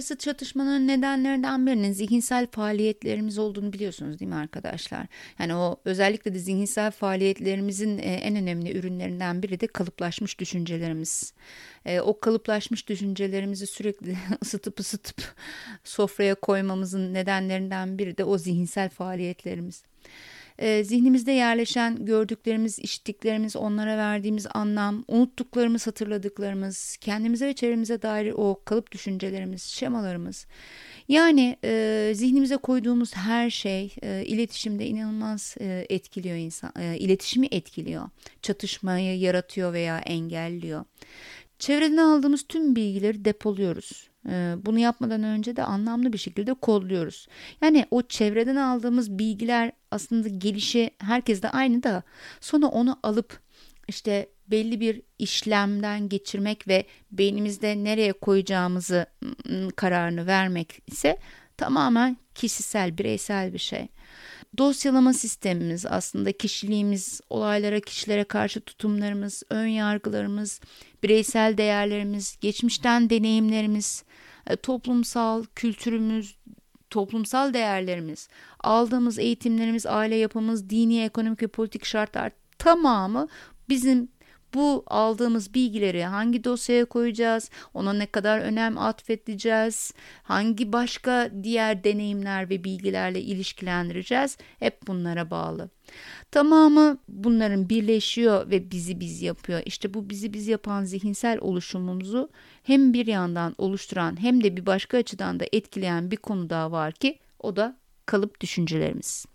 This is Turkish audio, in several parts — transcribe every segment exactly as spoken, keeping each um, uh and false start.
arası çatışmanın nedenlerinden birinin zihinsel faaliyetlerimiz olduğunu biliyorsunuz değil mi arkadaşlar? Yani o özellikle de zihinsel faaliyetlerimizin en önemli ürünlerinden biri de kalıplaşmış düşüncelerimiz. O kalıplaşmış düşüncelerimizi sürekli ısıtıp ısıtıp sofraya koymamızın nedenlerinden biri de o zihinsel faaliyetlerimiz. Ee, zihnimizde yerleşen gördüklerimiz, işittiklerimiz, onlara verdiğimiz anlam, unuttuklarımız, hatırladıklarımız, kendimize ve çevremize dair o kalıp düşüncelerimiz, şemalarımız. Yani e, zihnimize koyduğumuz her şey e, iletişimde inanılmaz e, etkiliyor insan, e, iletişimi etkiliyor, çatışmayı yaratıyor veya engelliyor. Çevreden aldığımız tüm bilgileri depoluyoruz. Bunu yapmadan önce de anlamlı bir şekilde kodluyoruz. Yani o çevreden aldığımız bilgiler aslında gelişi herkeste aynı da sonra onu alıp işte belli bir işlemden geçirmek ve beynimizde nereye koyacağımızı kararını vermek ise tamamen kişisel, bireysel bir şey. Dosyalama sistemimiz aslında kişiliğimiz, olaylara, kişilere karşı tutumlarımız, ön yargılarımız, bireysel değerlerimiz, geçmişten deneyimlerimiz, toplumsal kültürümüz, toplumsal değerlerimiz, aldığımız eğitimlerimiz, aile yapımız, dini, ekonomik ve politik şartlar tamamı bizim bu aldığımız bilgileri hangi dosyaya koyacağız, ona ne kadar önem atfedeceğiz, hangi başka diğer deneyimler ve bilgilerle ilişkilendireceğiz, hep bunlara bağlı. Tamamı bunların birleşiyor ve bizi biz yapıyor. İşte bu bizi biz yapan zihinsel oluşumumuzu hem bir yandan oluşturan hem de bir başka açıdan da etkileyen bir konu daha var ki o da kalıp düşüncelerimiz.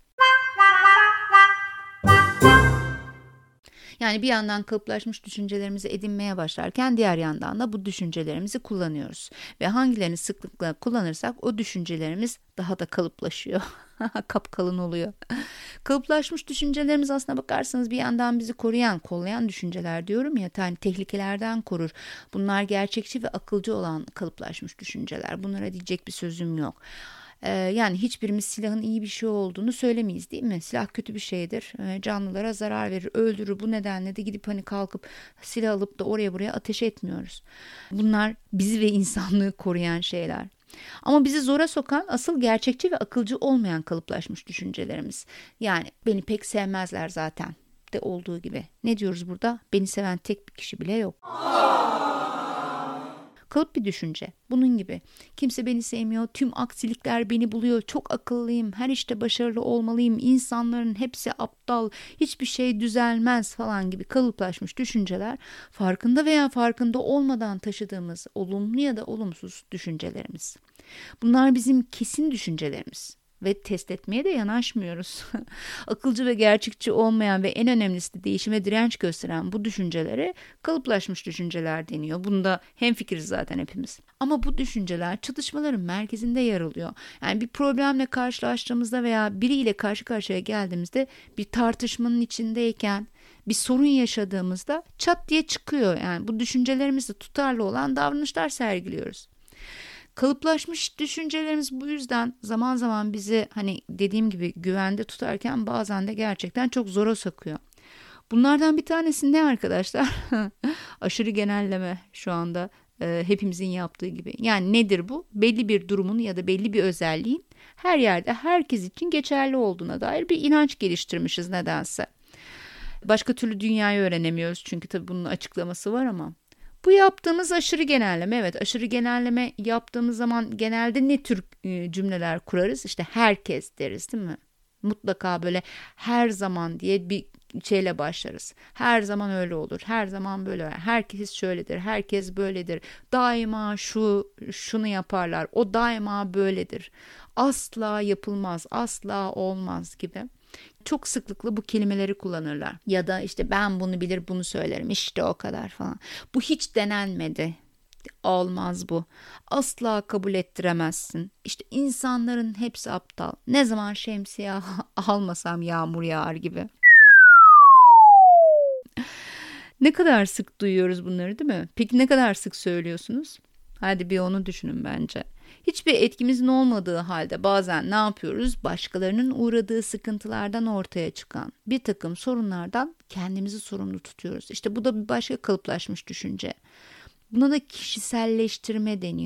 Yani bir yandan kalıplaşmış düşüncelerimizi edinmeye başlarken diğer yandan da bu düşüncelerimizi kullanıyoruz. Ve hangilerini sıklıkla kullanırsak o düşüncelerimiz daha da kalıplaşıyor. Kapkalın oluyor. Kalıplaşmış düşüncelerimiz aslına bakarsanız bir yandan bizi koruyan, kollayan düşünceler diyorum ya, yani tehlikelerden korur. Bunlar gerçekçi ve akılcı olan kalıplaşmış düşünceler. Bunlara diyecek bir sözüm yok. Ee, yani hiçbirimiz silahın iyi bir şey olduğunu söylemeyiz değil mi? Silah kötü bir şeydir. Ee, canlılara zarar verir, öldürür. Bu nedenle de gidip hani kalkıp silah alıp da oraya buraya ateş etmiyoruz. Bunlar bizi ve insanlığı koruyan şeyler. Ama bizi zora sokan asıl gerçekçi ve akılcı olmayan kalıplaşmış düşüncelerimiz. Yani beni pek sevmezler zaten de olduğu gibi. Ne diyoruz burada? Beni seven tek bir kişi bile yok. Kalıp bir düşünce. Bunun gibi. Kimse beni sevmiyor, tüm aksilikler beni buluyor, çok akıllıyım, her işte başarılı olmalıyım, insanların hepsi aptal, hiçbir şey düzelmez falan gibi kalıplaşmış düşünceler, farkında veya farkında olmadan taşıdığımız olumlu ya da olumsuz düşüncelerimiz. Bunlar bizim kesin düşüncelerimiz. Ve test etmeye de yanaşmıyoruz. Akılcı ve gerçekçi olmayan ve en önemlisi de değişime direnç gösteren bu düşüncelere kalıplaşmış düşünceler deniyor. Bunda hemfikiriz zaten hepimiz. Ama bu düşünceler çatışmaların merkezinde yer alıyor. Yani bir problemle karşılaştığımızda veya biriyle karşı karşıya geldiğimizde, bir tartışmanın içindeyken, bir sorun yaşadığımızda çat diye çıkıyor. Yani bu düşüncelerimizle tutarlı olan davranışlar sergiliyoruz. Kalıplaşmış düşüncelerimiz bu yüzden zaman zaman bizi hani dediğim gibi güvende tutarken bazen de gerçekten çok zora sokuyor. Bunlardan bir tanesi ne arkadaşlar? Aşırı genelleme şu anda e, hepimizin yaptığı gibi. Yani nedir bu? Belli bir durumun ya da belli bir özelliğin her yerde herkes için geçerli olduğuna dair bir inanç geliştirmişiz nedense. Başka türlü dünyayı öğrenemiyoruz çünkü tabii bunun açıklaması var ama. Bu yaptığımız aşırı genelleme. Evet, aşırı genelleme yaptığımız zaman genelde ne tür cümleler kurarız? İşte herkes deriz değil mi? Mutlaka böyle her zaman diye bir şeyle başlarız. Her zaman öyle olur. Her zaman böyle. Herkes şöyledir. Herkes böyledir. Daima şu şunu yaparlar. O daima böyledir. Asla yapılmaz. Asla olmaz gibi. Çok sıklıkla bu kelimeleri kullanırlar. Ya da işte ben bunu bilir bunu söylerim, işte o kadar falan. Bu hiç denenmedi. Olmaz bu. Asla kabul ettiremezsin. İşte insanların hepsi aptal. Ne zaman şemsiye almasam yağmur yağar gibi. Ne kadar sık duyuyoruz bunları değil mi? Peki ne kadar sık söylüyorsunuz? Hadi bir onu düşünün bence. Hiçbir etkimizin olmadığı halde bazen ne yapıyoruz? Başkalarının uğradığı sıkıntılardan ortaya çıkan bir takım sorunlardan kendimizi sorumlu tutuyoruz. İşte bu da bir başka kalıplaşmış düşünce. Buna da kişiselleştirme deniyor.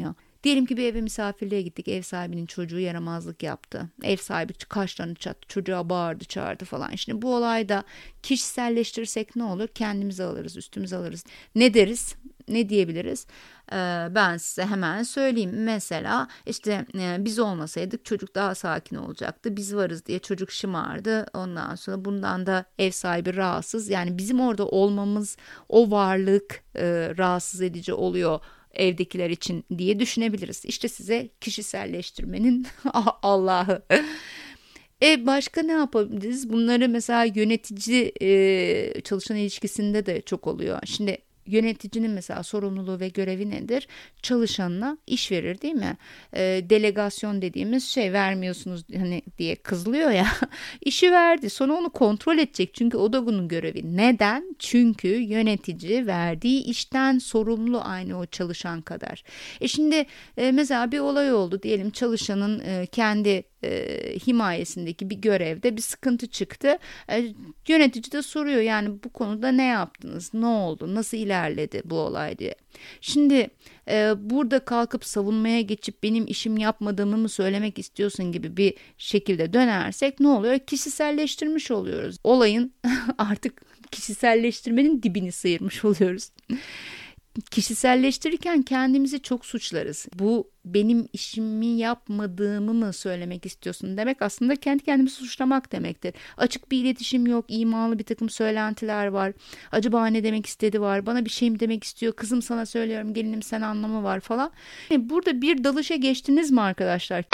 Diyelim ki bir eve misafirliğe gittik. Ev sahibinin çocuğu yaramazlık yaptı. Ev sahibi kaşlarını çattı. Çocuğa bağırdı, çağırdı falan. Şimdi bu olayda kişiselleştirirsek ne olur? Kendimize alırız, üstümüze alırız. Ne deriz? Ne diyebiliriz? Ee, ben size hemen söyleyeyim. Mesela işte e, biz olmasaydık çocuk daha sakin olacaktı. Biz varız diye çocuk şımardı. Ondan sonra bundan da ev sahibi rahatsız. Yani bizim orada olmamız, o varlık e, rahatsız edici oluyor evdekiler için diye düşünebiliriz. İşte size kişiselleştirmenin Allah'ı. E başka ne yapabiliriz? Bunları mesela yönetici e, çalışan ilişkisinde de çok oluyor. Şimdi yöneticinin mesela sorumluluğu ve görevi nedir? Çalışanına iş verir, değil mi? E, delegasyon dediğimiz şey, vermiyorsunuz hani diye kızılıyor ya. İşi verdi. Sonra onu kontrol edecek. Çünkü o da bunun görevi. Neden? Çünkü yönetici verdiği işten sorumlu, aynı o çalışan kadar. E şimdi e, mesela bir olay oldu. Diyelim çalışanın e, kendi e, himayesindeki bir görevde bir sıkıntı çıktı. E, yönetici de soruyor, yani bu konuda ne yaptınız? Ne oldu? Nasıl ilerledi bu olay diye. Şimdi e, burada kalkıp savunmaya geçip benim işim yapmadığımı mı söylemek istiyorsun gibi bir şekilde dönersek ne oluyor? Kişiselleştirmiş oluyoruz. Olayın artık kişiselleştirmenin dibini sıyırmış oluyoruz. Kişiselleştirirken kendimizi çok suçlarız. Bu benim işimi yapmadığımı mı söylemek istiyorsun demek aslında kendi kendimizi suçlamak demektir. Açık bir iletişim yok, imalı bir takım söylentiler var. Acaba ne demek istedi var, bana bir şey mi demek istiyor, kızım sana söylüyorum, gelinim sen anlamı var falan. Yani burada bir dalışa geçtiniz mi arkadaşlar?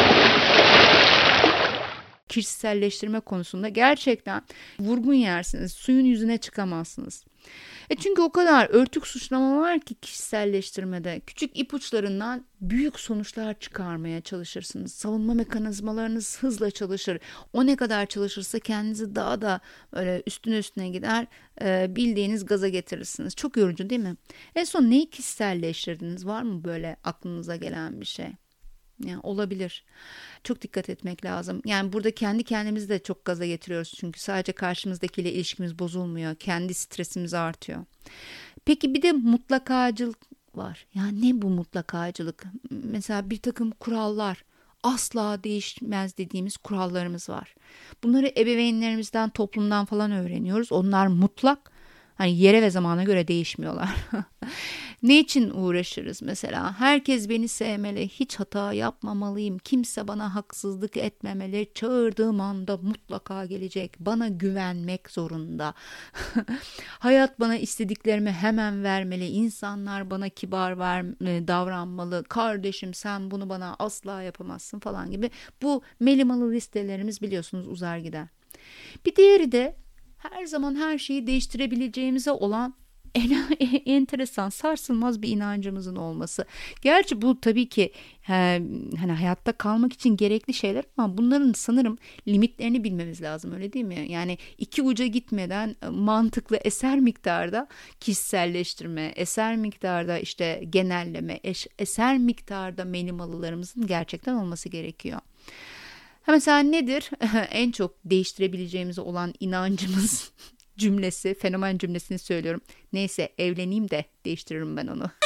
Kişiselleştirme konusunda gerçekten vurgun yersiniz, suyun yüzüne çıkamazsınız. E çünkü o kadar örtük suçlama var ki kişiselleştirmede. Küçük ipuçlarından büyük sonuçlar çıkarmaya çalışırsınız. Savunma mekanizmalarınız hızla çalışır. O ne kadar çalışırsa kendinizi daha da böyle üstüne üstüne gider, e, bildiğiniz gaza getirirsiniz. Çok yorucu değil mi? En son neyi kişiselleştirdiniz? Var mı böyle aklınıza gelen bir şey? Yani olabilir. Çok dikkat etmek lazım. Yani burada kendi kendimizi de çok gaza getiriyoruz. Çünkü sadece karşımızdakiyle ilişkimiz bozulmuyor. Kendi stresimiz artıyor. Peki bir de mutlakacılık var. Yani ne bu mutlakacılık? Mesela bir takım kurallar, asla değişmez dediğimiz kurallarımız var. Bunları ebeveynlerimizden, toplumdan falan öğreniyoruz. Onlar mutlak. Hani yere ve zamana göre değişmiyorlar. Ne için uğraşırız mesela? Herkes beni sevmeli, hiç hata yapmamalıyım, kimse bana haksızlık etmemeli, çağırdığım anda mutlaka gelecek, bana güvenmek zorunda. Hayat bana istediklerimi hemen vermeli, insanlar bana kibar ver, davranmalı, kardeşim sen bunu bana asla yapamazsın falan gibi. Bu melimalı listelerimiz biliyorsunuz uzar gider. Bir diğeri de her zaman her şeyi değiştirebileceğimize olan en, enteresan, sarsılmaz bir inancımızın olması. Gerçi bu tabii ki he, hani hayatta kalmak için gerekli şeyler ama bunların sanırım limitlerini bilmemiz lazım, öyle değil mi? Yani iki uca gitmeden mantıklı, eser miktarda kişiselleştirme, eser miktarda işte genelleme, eş, eser miktarda menimalılarımızın gerçekten olması gerekiyor. Ha mesela nedir? En çok değiştirebileceğimiz olan inancımız cümlesi, fenomen cümlesini söylüyorum. Neyse evleneyim de değiştiririm ben onu.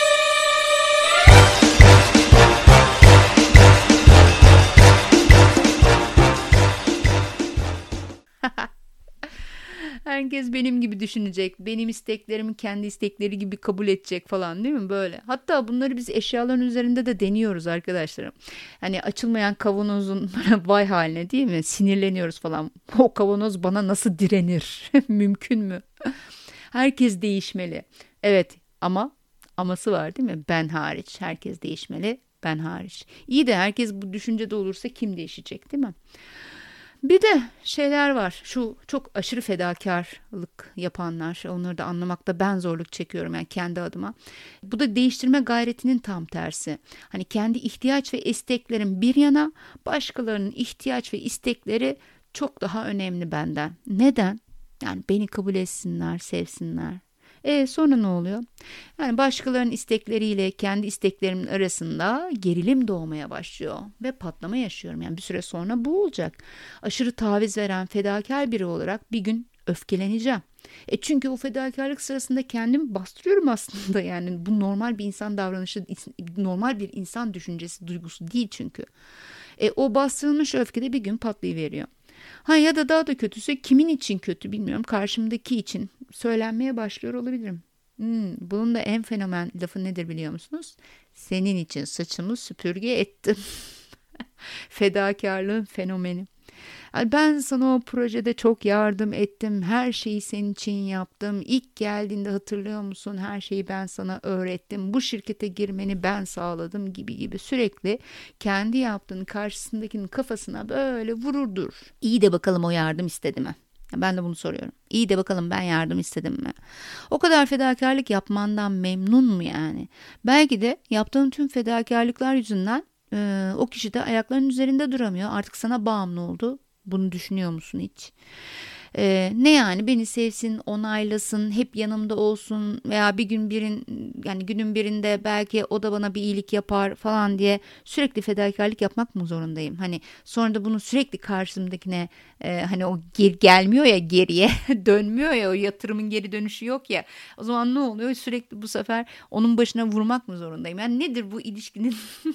Herkes benim gibi düşünecek. Benim isteklerimi kendi istekleri gibi kabul edecek falan, değil mi böyle? Hatta bunları biz eşyaların üzerinde de deniyoruz arkadaşlarım. Hani açılmayan kavanozun vay haline, değil mi? Sinirleniyoruz falan. O kavanoz bana nasıl direnir? Mümkün mü? Herkes değişmeli. Evet ama aması var, değil mi? Ben hariç. Herkes değişmeli. Ben hariç. İyi de herkes bu düşüncede olursa kim değişecek, değil mi? Bir de şeyler var, şu çok aşırı fedakarlık yapanlar, onları da anlamakta ben zorluk çekiyorum yani kendi adıma. Bu da değiştirme gayretinin tam tersi. Hani kendi ihtiyaç ve isteklerim bir yana, başkalarının ihtiyaç ve istekleri çok daha önemli benden. Neden? Yani beni kabul etsinler, sevsinler. E sonra ne oluyor? Yani başkalarının istekleriyle kendi isteklerimin arasında gerilim doğmaya başlıyor ve patlama yaşıyorum. Yani bir süre sonra bu olacak. Aşırı taviz veren fedakar biri olarak bir gün öfkeleneceğim. E çünkü o fedakarlık sırasında kendimi bastırıyorum aslında, yani bu normal bir insan davranışı, normal bir insan düşüncesi, duygusu değil çünkü. E o bastırılmış öfkede bir gün patlayıveriyor. Ha ya da daha da kötüsü, kimin için kötü bilmiyorum, karşımdaki için söylenmeye başlıyor olabilirim. Hmm, bunun da en fenomen lafı nedir biliyor musunuz? Senin için saçımı süpürge ettim. Fedakarlığın fenomeni. Yani ben sana o projede çok yardım ettim. Her şeyi senin için yaptım. İlk geldiğinde hatırlıyor musun? Her şeyi ben sana öğrettim. Bu şirkete girmeni ben sağladım gibi gibi sürekli kendi yaptığını karşısındakinin kafasına böyle vururdur. İyi de bakalım o yardım istedi mi? Ben de bunu soruyorum. İyi de bakalım ben yardım istedim mi? O kadar fedakarlık yapmandan memnun mu yani? Belki de yaptığın tüm fedakarlıklar yüzünden e, o kişi de ayaklarının üzerinde duramıyor. Artık sana bağımlı oldu. Bunu düşünüyor musun hiç? Ee, ne yani, beni sevsin, onaylasın, hep yanımda olsun veya bir gün birin yani günün birinde belki o da bana bir iyilik yapar falan diye sürekli fedakarlık yapmak mı zorundayım? Hani sonra da bunu sürekli karşımdakine e, hani o geri gelmiyor ya, geriye dönmüyor ya, o yatırımın geri dönüşü yok ya. O zaman ne oluyor? Sürekli bu sefer onun başına vurmak mı zorundayım? Yani nedir bu ilişkinin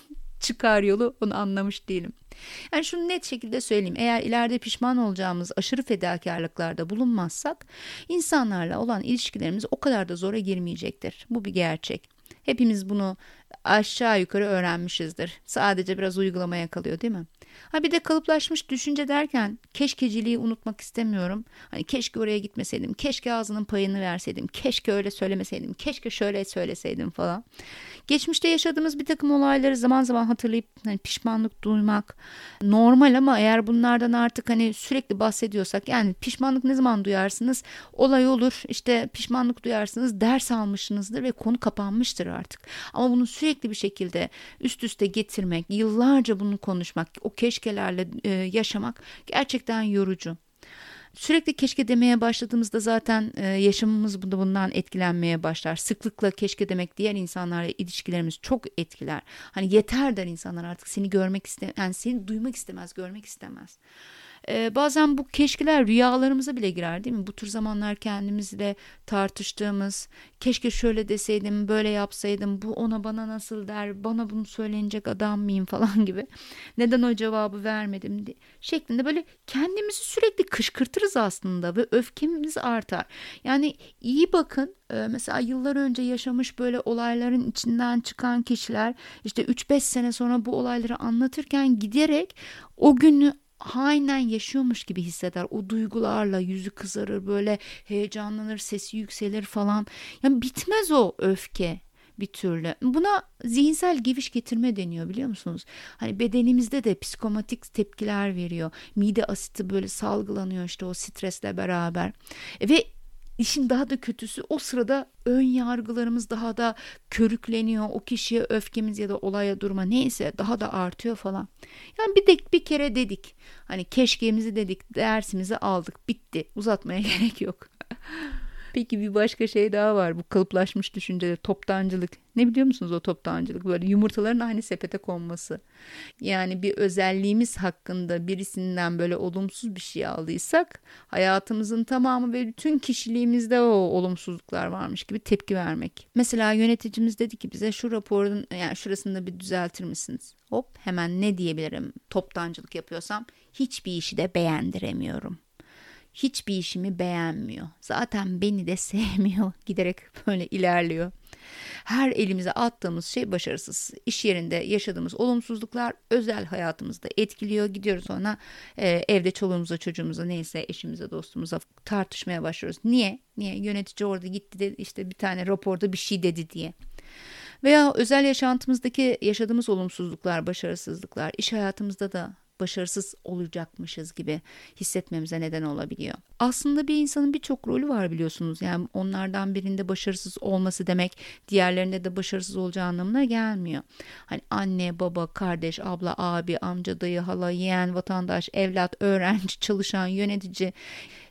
çıkar yolu, onu anlamış değilim. Yani şunu net şekilde söyleyeyim. Eğer ileride pişman olacağımız aşırı fedakarlıklarda bulunmazsak insanlarla olan ilişkilerimiz o kadar da zora girmeyecektir. Bu bir gerçek. Hepimiz bunu aşağı yukarı öğrenmişizdir. Sadece biraz uygulamaya kalıyor değil mi? Ha bir de kalıplaşmış düşünce derken keşkeciliği unutmak istemiyorum. Hani keşke oraya gitmeseydim, keşke ağzının payını verseydim, keşke öyle söylemeseydim, keşke şöyle söyleseydim falan. Geçmişte yaşadığımız bir takım olayları zaman zaman hatırlayıp hani pişmanlık duymak normal, ama eğer bunlardan artık hani sürekli bahsediyorsak, yani pişmanlık ne zaman duyarsınız? Olay olur, işte pişmanlık duyarsınız, ders almışsınızdır ve konu kapanmıştır artık. Ama bunu sürekli bir şekilde üst üste getirmek, yıllarca bunu konuşmak, o keşkelerle e, yaşamak gerçekten yorucu. Sürekli keşke demeye başladığımızda zaten e, yaşamımız bundan etkilenmeye başlar. Sıklıkla keşke demek diğer insanlarla ilişkilerimiz çok etkiler. Hani yeter der insanlar, artık seni görmek istemez, yani seni duymak istemez, görmek istemez. Ee, bazen bu keşkeler rüyalarımıza bile girer değil mi? Bu tür zamanlar kendimizle tartıştığımız, keşke şöyle deseydim, böyle yapsaydım, bu ona bana nasıl der, bana bunu söylenecek adam mıyım falan gibi. Neden o cevabı vermedim diye şeklinde böyle kendimizi sürekli kışkırtırız aslında ve öfkemiz artar. Yani iyi bakın, mesela yıllar önce yaşamış böyle olayların içinden çıkan kişiler işte üç beş sene sonra bu olayları anlatırken giderek o günü aynen yaşıyormuş gibi hisseder. O duygularla yüzü kızarır, böyle heyecanlanır, sesi yükselir falan. Yani bitmez o öfke bir türlü. Buna zihinsel geviş getirme deniyor, biliyor musunuz? Hani bedenimizde de psikomatik tepkiler veriyor. Mide asiti böyle salgılanıyor işte o stresle beraber. Ve İşin daha da kötüsü, o sırada ön yargılarımız daha da körükleniyor. O kişiye öfkemiz ya da olaya, duruma neyse daha da artıyor falan. Yani bir de bir kere dedik. Hani keşkemizi dedik, dersimizi aldık, bitti. Uzatmaya gerek yok. Peki bir başka şey daha var, bu kalıplaşmış düşünceler, toptancılık. Ne biliyor musunuz o toptancılık? Böyle yumurtaların aynı sepete konması. Yani bir özelliğimiz hakkında birisinden böyle olumsuz bir şey aldıysak hayatımızın tamamı ve bütün kişiliğimizde o olumsuzluklar varmış gibi tepki vermek. Mesela yöneticimiz dedi ki bize şu raporun yani şurasında bir düzeltir misiniz? Hop, hemen ne diyebilirim toptancılık yapıyorsam? Hiçbir işi de beğendiremiyorum. Hiçbir işimi beğenmiyor. Zaten beni de sevmiyor. Giderek böyle ilerliyor. Her elimize attığımız şey başarısız. İş yerinde yaşadığımız olumsuzluklar özel hayatımızda etkiliyor. Gidiyoruz sonra e, evde çoluğumuza, çocuğumuza, neyse eşimize, dostumuza tartışmaya başlıyoruz. Niye? Niye? Yönetici orada gitti de işte bir tane raporda bir şey dedi diye. Veya özel yaşantımızdaki yaşadığımız olumsuzluklar, başarısızlıklar, iş hayatımızda da başarısız olacakmışız gibi hissetmemize neden olabiliyor. Aslında bir insanın birçok rolü var, biliyorsunuz. Yani onlardan birinde başarısız olması demek diğerlerinde de başarısız olacağı anlamına gelmiyor. Hani anne, baba, kardeş, abla, abi, amca, dayı, hala, yeğen, vatandaş, evlat, öğrenci, çalışan, yönetici.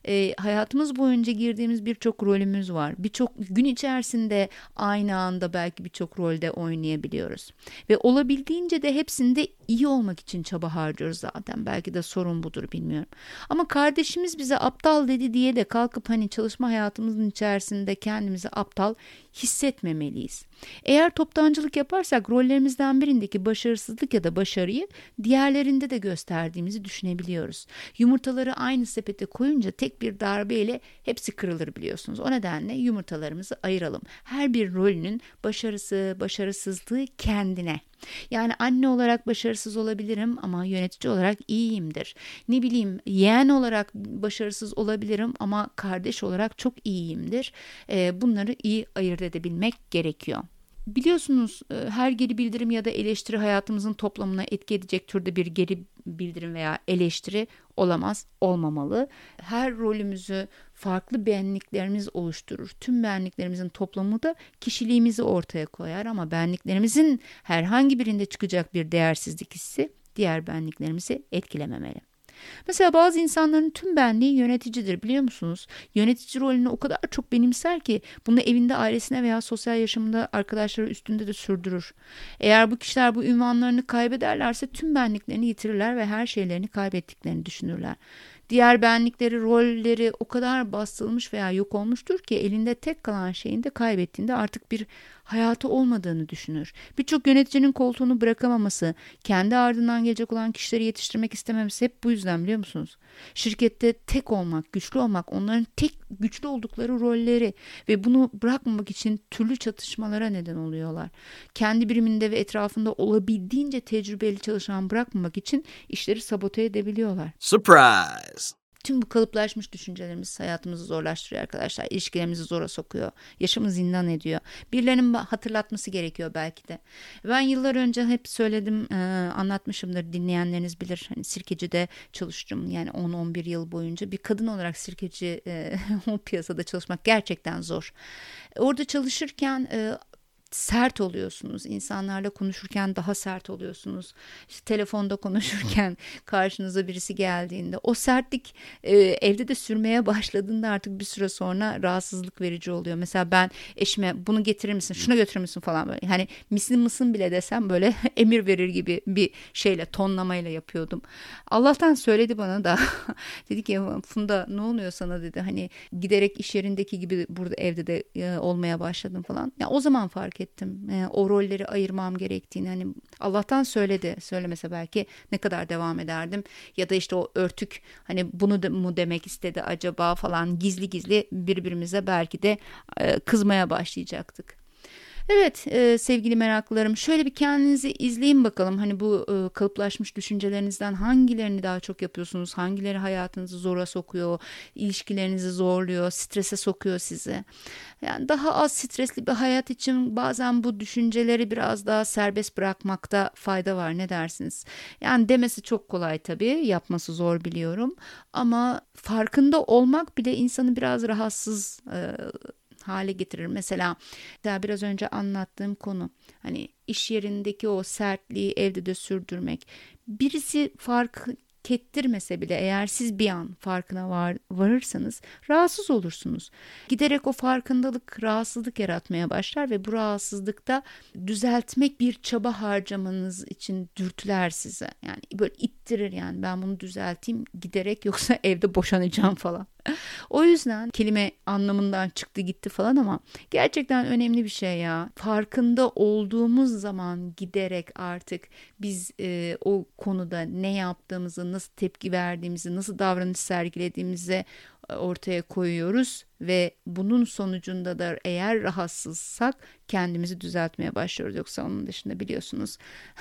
E, hayatımız boyunca girdiğimiz birçok rolümüz var. Birçok gün içerisinde aynı anda belki birçok rolde oynayabiliyoruz. Ve olabildiğince de hepsinde iyi olmak için çaba harcıyoruz zaten. Belki de sorun budur, bilmiyorum. Ama kardeşimiz bize aptal dedi diye de kalkıp hani çalışma hayatımızın içerisinde kendimizi aptal hissetmemeliyiz. Eğer toptancılık yaparsak rollerimizden birindeki başarısızlık ya da başarıyı diğerlerinde de gösterdiğimizi düşünebiliyoruz. Yumurtaları aynı sepete koyunca tek bir darbeyle hepsi kırılır biliyorsunuz. O nedenle yumurtalarımızı ayıralım. Her bir rolünün başarısı, başarısızlığı kendine. Yani anne olarak başarısız olabilirim ama yönetici olarak iyiyimdir. Ne bileyim, yeğen olarak başarısız olabilirim ama kardeş olarak çok iyiyimdir. Bunları iyi ayırt edebilmek gerekiyor. Biliyorsunuz her geri bildirim ya da eleştiri hayatımızın toplamına etki edecek türde bir geri bildirim veya eleştiri olamaz, olmamalı. Her rolümüzü farklı benliklerimiz oluşturur. Tüm benliklerimizin toplamı da kişiliğimizi ortaya koyar ama benliklerimizin herhangi birinde çıkacak bir değersizlik hissi diğer benliklerimizi etkilememeli. Mesela bazı insanların tüm benliği yöneticidir, biliyor musunuz? Yönetici rolünü o kadar çok benimser ki bunu evinde, ailesine veya sosyal yaşamında arkadaşları üstünde de sürdürür. Eğer bu kişiler bu ünvanlarını kaybederlerse tüm benliklerini yitirirler ve her şeylerini kaybettiklerini düşünürler. Diğer benlikleri, rolleri o kadar bastırılmış veya yok olmuştur ki elinde tek kalan şeyin de kaybettiğinde artık bir hayatı olmadığını düşünür. Birçok yöneticinin koltuğunu bırakamaması, kendi ardından gelecek olan kişileri yetiştirmek istememesi hep bu yüzden, biliyor musunuz? Şirkette tek olmak, güçlü olmak, onların tek güçlü oldukları rolleri ve bunu bırakmamak için türlü çatışmalara neden oluyorlar. Kendi biriminde ve etrafında olabildiğince tecrübeli çalışan bırakmamak için işleri sabote edebiliyorlar. Surprise! Tüm bu kalıplaşmış düşüncelerimiz hayatımızı zorlaştırıyor arkadaşlar. İlişkilerimizi zora sokuyor. Yaşamı zindan ediyor. Birilerinin hatırlatması gerekiyor belki de. Ben yıllar önce hep söyledim, e, anlatmışımdır, dinleyenleriniz bilir. Hani Sirkeci'de çalıştım. Yani on on bir yıl boyunca. Bir kadın olarak Sirkeci e, o piyasada çalışmak gerçekten zor. Orada çalışırken e, sert oluyorsunuz. İnsanlarla konuşurken daha sert oluyorsunuz. İşte telefonda konuşurken karşınıza birisi geldiğinde o sertlik e, evde de sürmeye başladığında artık bir süre sonra rahatsızlık verici oluyor. Mesela ben eşime bunu getirir misin, şunu götürür müsün falan böyle. Hani misin mısın bile desem böyle emir verir gibi bir şeyle, tonlamayla yapıyordum. Allah'tan söyledi bana da. Dedi ki Funda, ne oluyor sana dedi. Hani giderek iş yerindeki gibi burada evde de e, olmaya başladım falan. Ya o zaman fark ettim. E, o rolleri ayırmam gerektiğini. Hani Allah'tan söyledi. Söylemese belki ne kadar devam ederdim. Ya da işte o örtük, hani bunu da mu demek istedi acaba falan, gizli gizli birbirimize belki de e, kızmaya başlayacaktık. Evet e, sevgili meraklılarım, şöyle bir kendinizi izleyin bakalım. Hani bu e, kalıplaşmış düşüncelerinizden hangilerini daha çok yapıyorsunuz? Hangileri hayatınızı zora sokuyor, ilişkilerinizi zorluyor, strese sokuyor sizi? Yani daha az stresli bir hayat için bazen bu düşünceleri biraz daha serbest bırakmakta fayda var. Ne dersiniz? Yani demesi çok kolay tabii, yapması zor biliyorum. Ama farkında olmak bile insanı biraz rahatsız e, hale getirir. Mesela daha biraz önce anlattığım konu, hani iş yerindeki o sertliği evde de sürdürmek. Birisi fark ettirmese bile eğer siz bir an farkına var, varırsanız rahatsız olursunuz. Giderek o farkındalık rahatsızlık yaratmaya başlar ve bu rahatsızlıkta düzeltmek bir çaba harcamanız için dürtüler size. Yani böyle ittirir, yani ben bunu düzelteyim giderek, yoksa evde boşanacağım falan. O yüzden kelime anlamından çıktı gitti falan ama gerçekten önemli bir şey ya. Farkında olduğumuz zaman giderek artık biz e, o konuda ne yaptığımızı, nasıl tepki verdiğimizi, nasıl davranış sergilediğimizi ortaya koyuyoruz ve bunun sonucunda da eğer rahatsızsak kendimizi düzeltmeye başlıyoruz. Yoksa onun dışında biliyorsunuz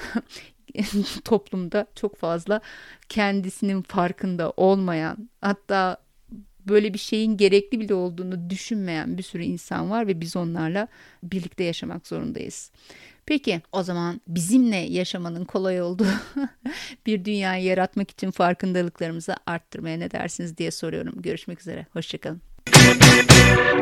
toplumda çok fazla kendisinin farkında olmayan, hatta böyle bir şeyin gerekli bile olduğunu düşünmeyen bir sürü insan var ve biz onlarla birlikte yaşamak zorundayız. Peki o zaman bizimle yaşamanın kolay olduğu bir dünyayı yaratmak için farkındalıklarımızı arttırmaya ne dersiniz diye soruyorum. Görüşmek üzere, hoşça kalın.